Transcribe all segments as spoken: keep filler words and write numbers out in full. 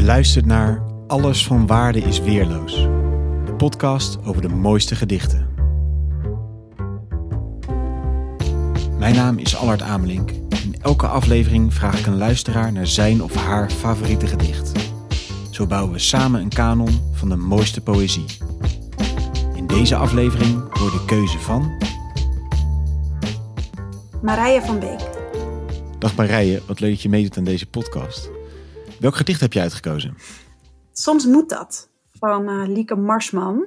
Je luistert naar Alles van waarde is weerloos. De podcast over de mooiste gedichten. Mijn naam is Allard Amelink. In elke aflevering vraag ik een luisteraar naar zijn of haar favoriete gedicht. Zo bouwen we samen een kanon van de mooiste poëzie. In deze aflevering hoor de keuze van... Marije van Beek. Dag Marije, wat leuk dat je meedoet aan deze podcast. Welk gedicht heb je uitgekozen? Soms moet dat, van uh, Lieke Marsman.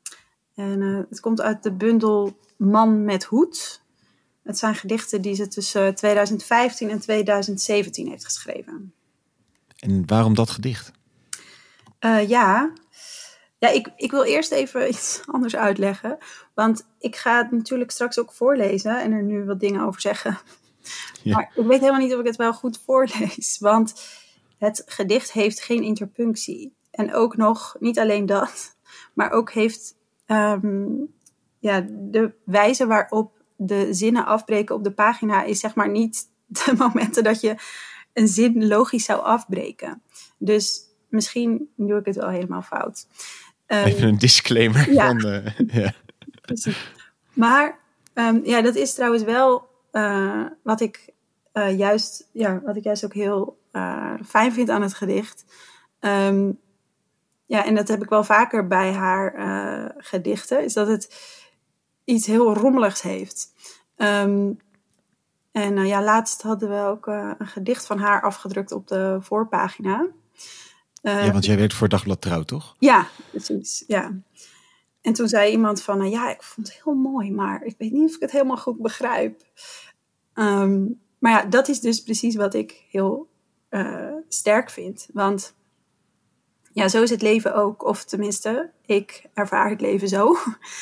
En uh, het komt uit de bundel Man met hoed. Het zijn gedichten die ze tussen twintig vijftien en twintig zeventien heeft geschreven. En waarom dat gedicht? Uh, ja, ja ik, ik wil eerst even iets anders uitleggen. Want ik ga het natuurlijk straks ook voorlezen en er nu wat dingen over zeggen. Ja. Maar ik weet helemaal niet of ik het wel goed voorlees. Want het gedicht heeft geen interpunctie. En ook nog, niet alleen dat, maar ook heeft um, ja, de wijze waarop de zinnen afbreken op de pagina is zeg maar niet de momenten dat je een zin logisch zou afbreken. Dus misschien doe ik het wel helemaal fout. Um, Even een disclaimer. Ja. Van, uh, ja. Precies. Maar um, ja, dat is trouwens wel uh, wat ik uh, juist, ja, wat ik juist ook heel uh, fijn vind aan het gedicht. Um, ja, en dat heb ik wel vaker bij haar uh, gedichten, is dat het iets heel rommeligs heeft. Um, en uh, ja, laatst hadden we ook uh, een gedicht van haar afgedrukt op de voorpagina. Uh, ja, want jij werkt voor Dagblad Trouw, toch? Ja, precies, ja. En toen zei iemand van, uh, ja, ik vond het heel mooi, maar ik weet niet of ik het helemaal goed begrijp. Um, maar ja, dat is dus precies wat ik heel uh, sterk vind. Want ja, zo is het leven ook. Of tenminste, ik ervaar het leven zo.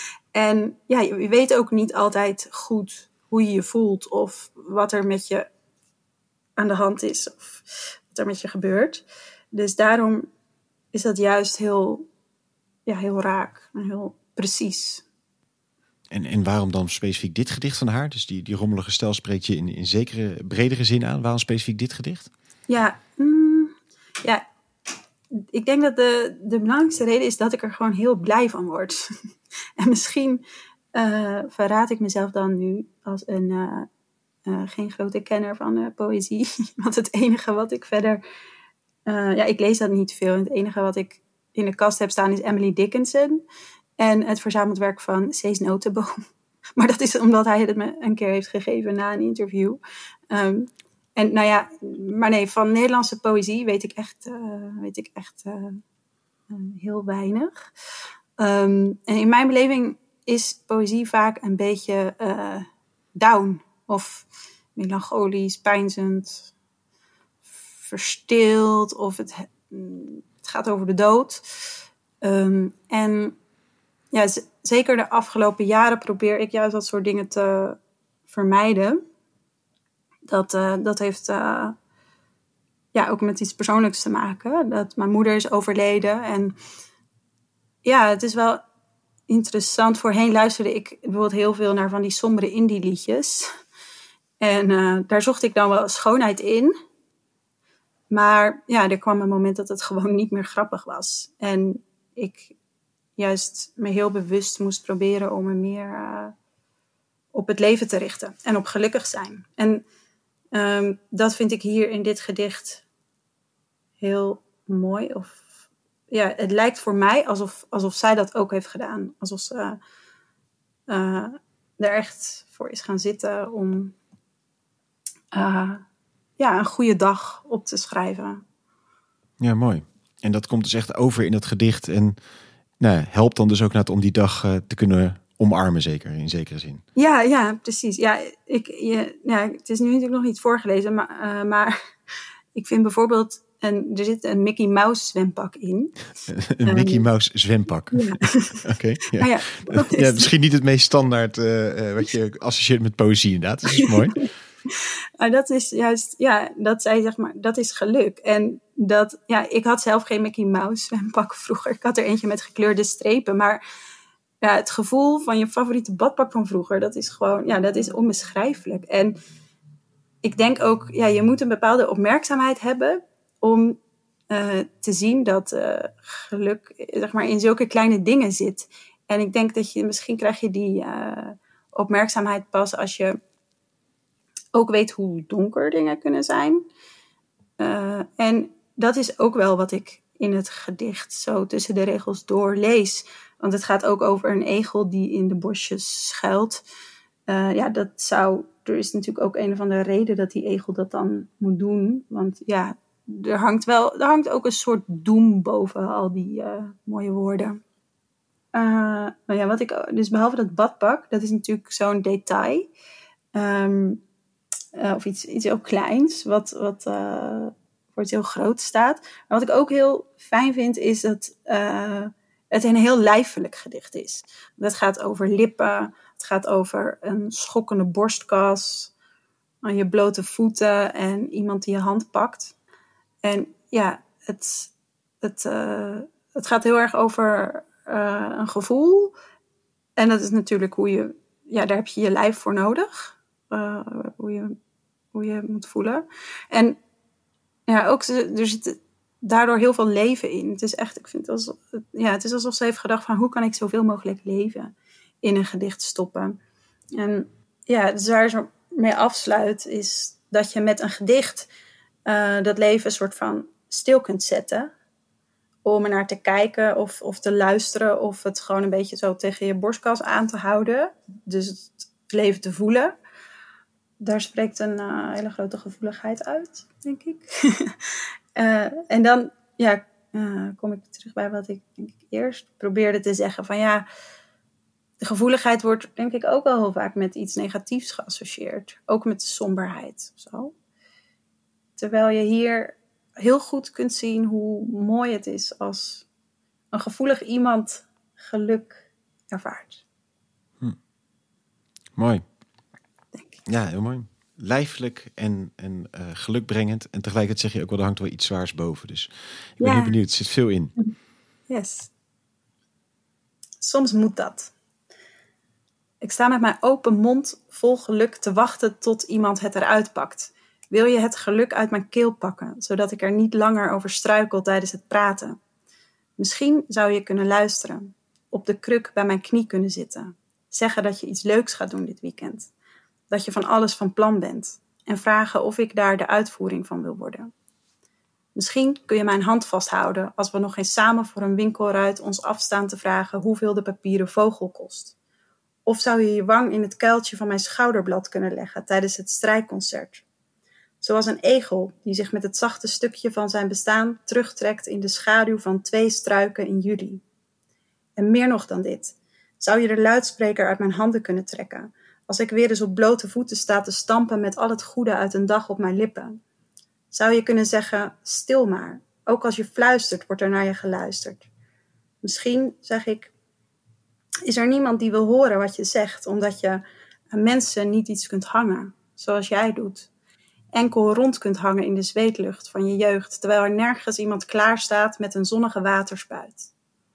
En ja, je weet ook niet altijd goed hoe je je voelt. Of wat er met je aan de hand is. Of wat er met je gebeurt. Dus daarom is dat juist heel, ja, heel raak. En heel precies. En, en waarom dan specifiek dit gedicht van haar? Dus die, die rommelige stijl spreekt je in, in zekere bredere zin aan. Waarom specifiek dit gedicht? Ja, mm, ja. Ik denk dat de, de belangrijkste reden is dat ik er gewoon heel blij van word. En misschien uh, verraad ik mezelf dan nu als een uh, uh, geen grote kenner van uh, poëzie. Want het enige wat ik verder... Uh, ja, ik lees dat niet veel. Het enige wat ik in de kast heb staan is Emily Dickinson. En het verzameld werk van Cees Notenboom. Maar dat is omdat hij het me een keer heeft gegeven na een interview. Um, En nou ja, maar nee, van Nederlandse poëzie weet ik echt, uh, weet ik echt uh, uh, heel weinig. Um, en in mijn beleving is poëzie vaak een beetje uh, down. Of melancholisch, peinzend, verstild. Of het, het gaat over de dood. Um, en ja, z- zeker de afgelopen jaren probeer ik juist dat soort dingen te vermijden. Dat, uh, dat heeft uh, ja, ook met iets persoonlijks te maken. Dat mijn moeder is overleden. En ja, het is wel interessant. Voorheen luisterde ik bijvoorbeeld heel veel naar van die sombere indie liedjes. En uh, daar zocht ik dan wel schoonheid in. Maar ja, er kwam een moment dat het gewoon niet meer grappig was. En ik juist me heel bewust moest proberen om me meer uh, op het leven te richten. En op gelukkig zijn. En Um, dat vind ik hier in dit gedicht heel mooi. Of, ja, het lijkt voor mij alsof, alsof zij dat ook heeft gedaan. Alsof ze uh, er echt voor is gaan zitten om uh, ja, een goede dag op te schrijven. Ja, mooi. En dat komt dus echt over in dat gedicht. En nou, helpt dan dus ook net om die dag uh, te kunnen omarmen, zeker, in zekere zin. Ja, ja, precies. Ja, ik, je, ja, het is nu natuurlijk nog niet voorgelezen, maar, uh, maar ik vind bijvoorbeeld, een, er zit een Mickey Mouse zwempak in. Een um, Mickey Mouse zwempak? Ja. Oké. Okay, ja. Ja, ja, misschien niet het meest standaard uh, uh, wat je associeert met poëzie, inderdaad. Dat is mooi. Maar dat is juist, ja, dat zij zeg maar, dat is geluk. En dat, ja, ik had zelf geen Mickey Mouse zwempak vroeger. Ik had er eentje met gekleurde strepen, maar ja, het gevoel van je favoriete badpak van vroeger, dat is gewoon, ja, dat is onbeschrijfelijk. En ik denk ook, ja, je moet een bepaalde opmerkzaamheid hebben om uh, te zien dat uh, geluk zeg maar, in zulke kleine dingen zit. En ik denk dat je misschien krijg je die uh, opmerkzaamheid pas als je ook weet hoe donker dingen kunnen zijn. Uh, en dat is ook wel wat ik in het gedicht zo tussen de regels door lees. Want het gaat ook over een egel die in de bosjes schuilt. Uh, ja, dat zou... Er is natuurlijk ook een van de redenen dat die egel dat dan moet doen. Want ja, er hangt, wel, er hangt ook een soort doem boven al die uh, mooie woorden. Uh, nou ja, wat ik... Dus behalve dat badpak, dat is natuurlijk zo'n detail. Um, uh, of iets, iets heel kleins, wat... wat uh, voor iets heel groot staat. Maar wat ik ook heel fijn vind, is dat uh, het een heel lijfelijk gedicht is. Het gaat over lippen, het gaat over een schokkende borstkas, je blote voeten en iemand die je hand pakt. En ja, het, het, uh, het gaat heel erg over uh, een gevoel. En dat is natuurlijk hoe je, ja, daar heb je je lijf voor nodig. Uh, hoe je, hoe je moet voelen. En ja, ook, er zit daardoor heel veel leven in. Het is echt, ik vind het alsof, ja, het is alsof ze heeft gedacht van hoe kan ik zoveel mogelijk leven in een gedicht stoppen. En ja, dus waar ze mee afsluit is dat je met een gedicht uh, dat leven een soort van stil kunt zetten. Om er naar te kijken of, of te luisteren of het gewoon een beetje zo tegen je borstkas aan te houden. Dus het leven te voelen. Daar spreekt een uh, hele grote gevoeligheid uit, denk ik. uh, en dan ja, uh, kom ik terug bij wat ik, denk ik eerst probeerde te zeggen. Van ja, de gevoeligheid wordt denk ik ook wel heel vaak met iets negatiefs geassocieerd. Ook met somberheid. Zo. Terwijl je hier heel goed kunt zien hoe mooi het is als een gevoelig iemand geluk ervaart. Hm. Mooi. Ja, heel mooi. Lijfelijk en, en uh, gelukbrengend. En tegelijkertijd zeg je ook wel, er hangt wel iets zwaars boven. Dus ik ben ja. heel benieuwd. Er zit veel in. Yes. Soms moet dat. Ik sta met mijn open mond vol geluk te wachten tot iemand het eruit pakt. Wil je het geluk uit mijn keel pakken, zodat ik er niet langer over struikel tijdens het praten? Misschien zou je kunnen luisteren. Op de kruk bij mijn knie kunnen zitten. Zeggen dat je iets leuks gaat doen dit weekend. Dat je van alles van plan bent en vragen of ik daar de uitvoering van wil worden. Misschien kun je mijn hand vasthouden als we nog eens samen voor een winkelruit ons afstaan te vragen hoeveel de papieren vogel kost. Of zou je je wang in het kuiltje van mijn schouderblad kunnen leggen tijdens het strijkconcert. Zoals een egel die zich met het zachte stukje van zijn bestaan terugtrekt in de schaduw van twee struiken in juli. En meer nog dan dit, zou je de luidspreker uit mijn handen kunnen trekken, als ik weer eens op blote voeten sta te stampen met al het goede uit een dag op mijn lippen. Zou je kunnen zeggen, stil maar. Ook als je fluistert, wordt er naar je geluisterd. Misschien, zeg ik, is er niemand die wil horen wat je zegt, omdat je aan mensen niet iets kunt hangen, zoals jij doet. Enkel rond kunt hangen in de zweetlucht van je jeugd, terwijl er nergens iemand klaar staat met een zonnige waterspuit.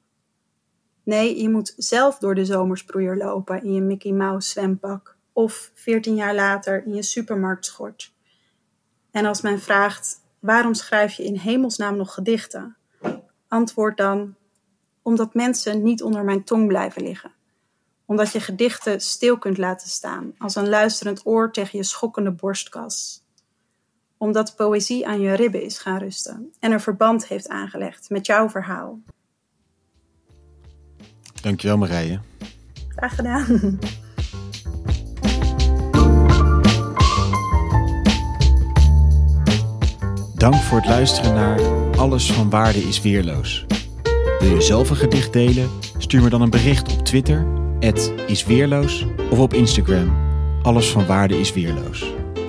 Nee, je moet zelf door de zomersproeier lopen in je Mickey Mouse zwempak. Of veertien jaar later in je supermarktschort. En als men vraagt, waarom schrijf je in hemelsnaam nog gedichten? Antwoord dan, omdat mensen niet onder mijn tong blijven liggen. Omdat je gedichten stil kunt laten staan, als een luisterend oor tegen je schokkende borstkas. Omdat poëzie aan je ribben is gaan rusten en een verband heeft aangelegd met jouw verhaal. Dankjewel Marije. Graag gedaan. Dank voor het luisteren naar Alles van Waarde is Weerloos. Wil je zelf een gedicht delen? Stuur me dan een bericht op Twitter, at isweerloos, of op Instagram, Alles van Waarde is Weerloos.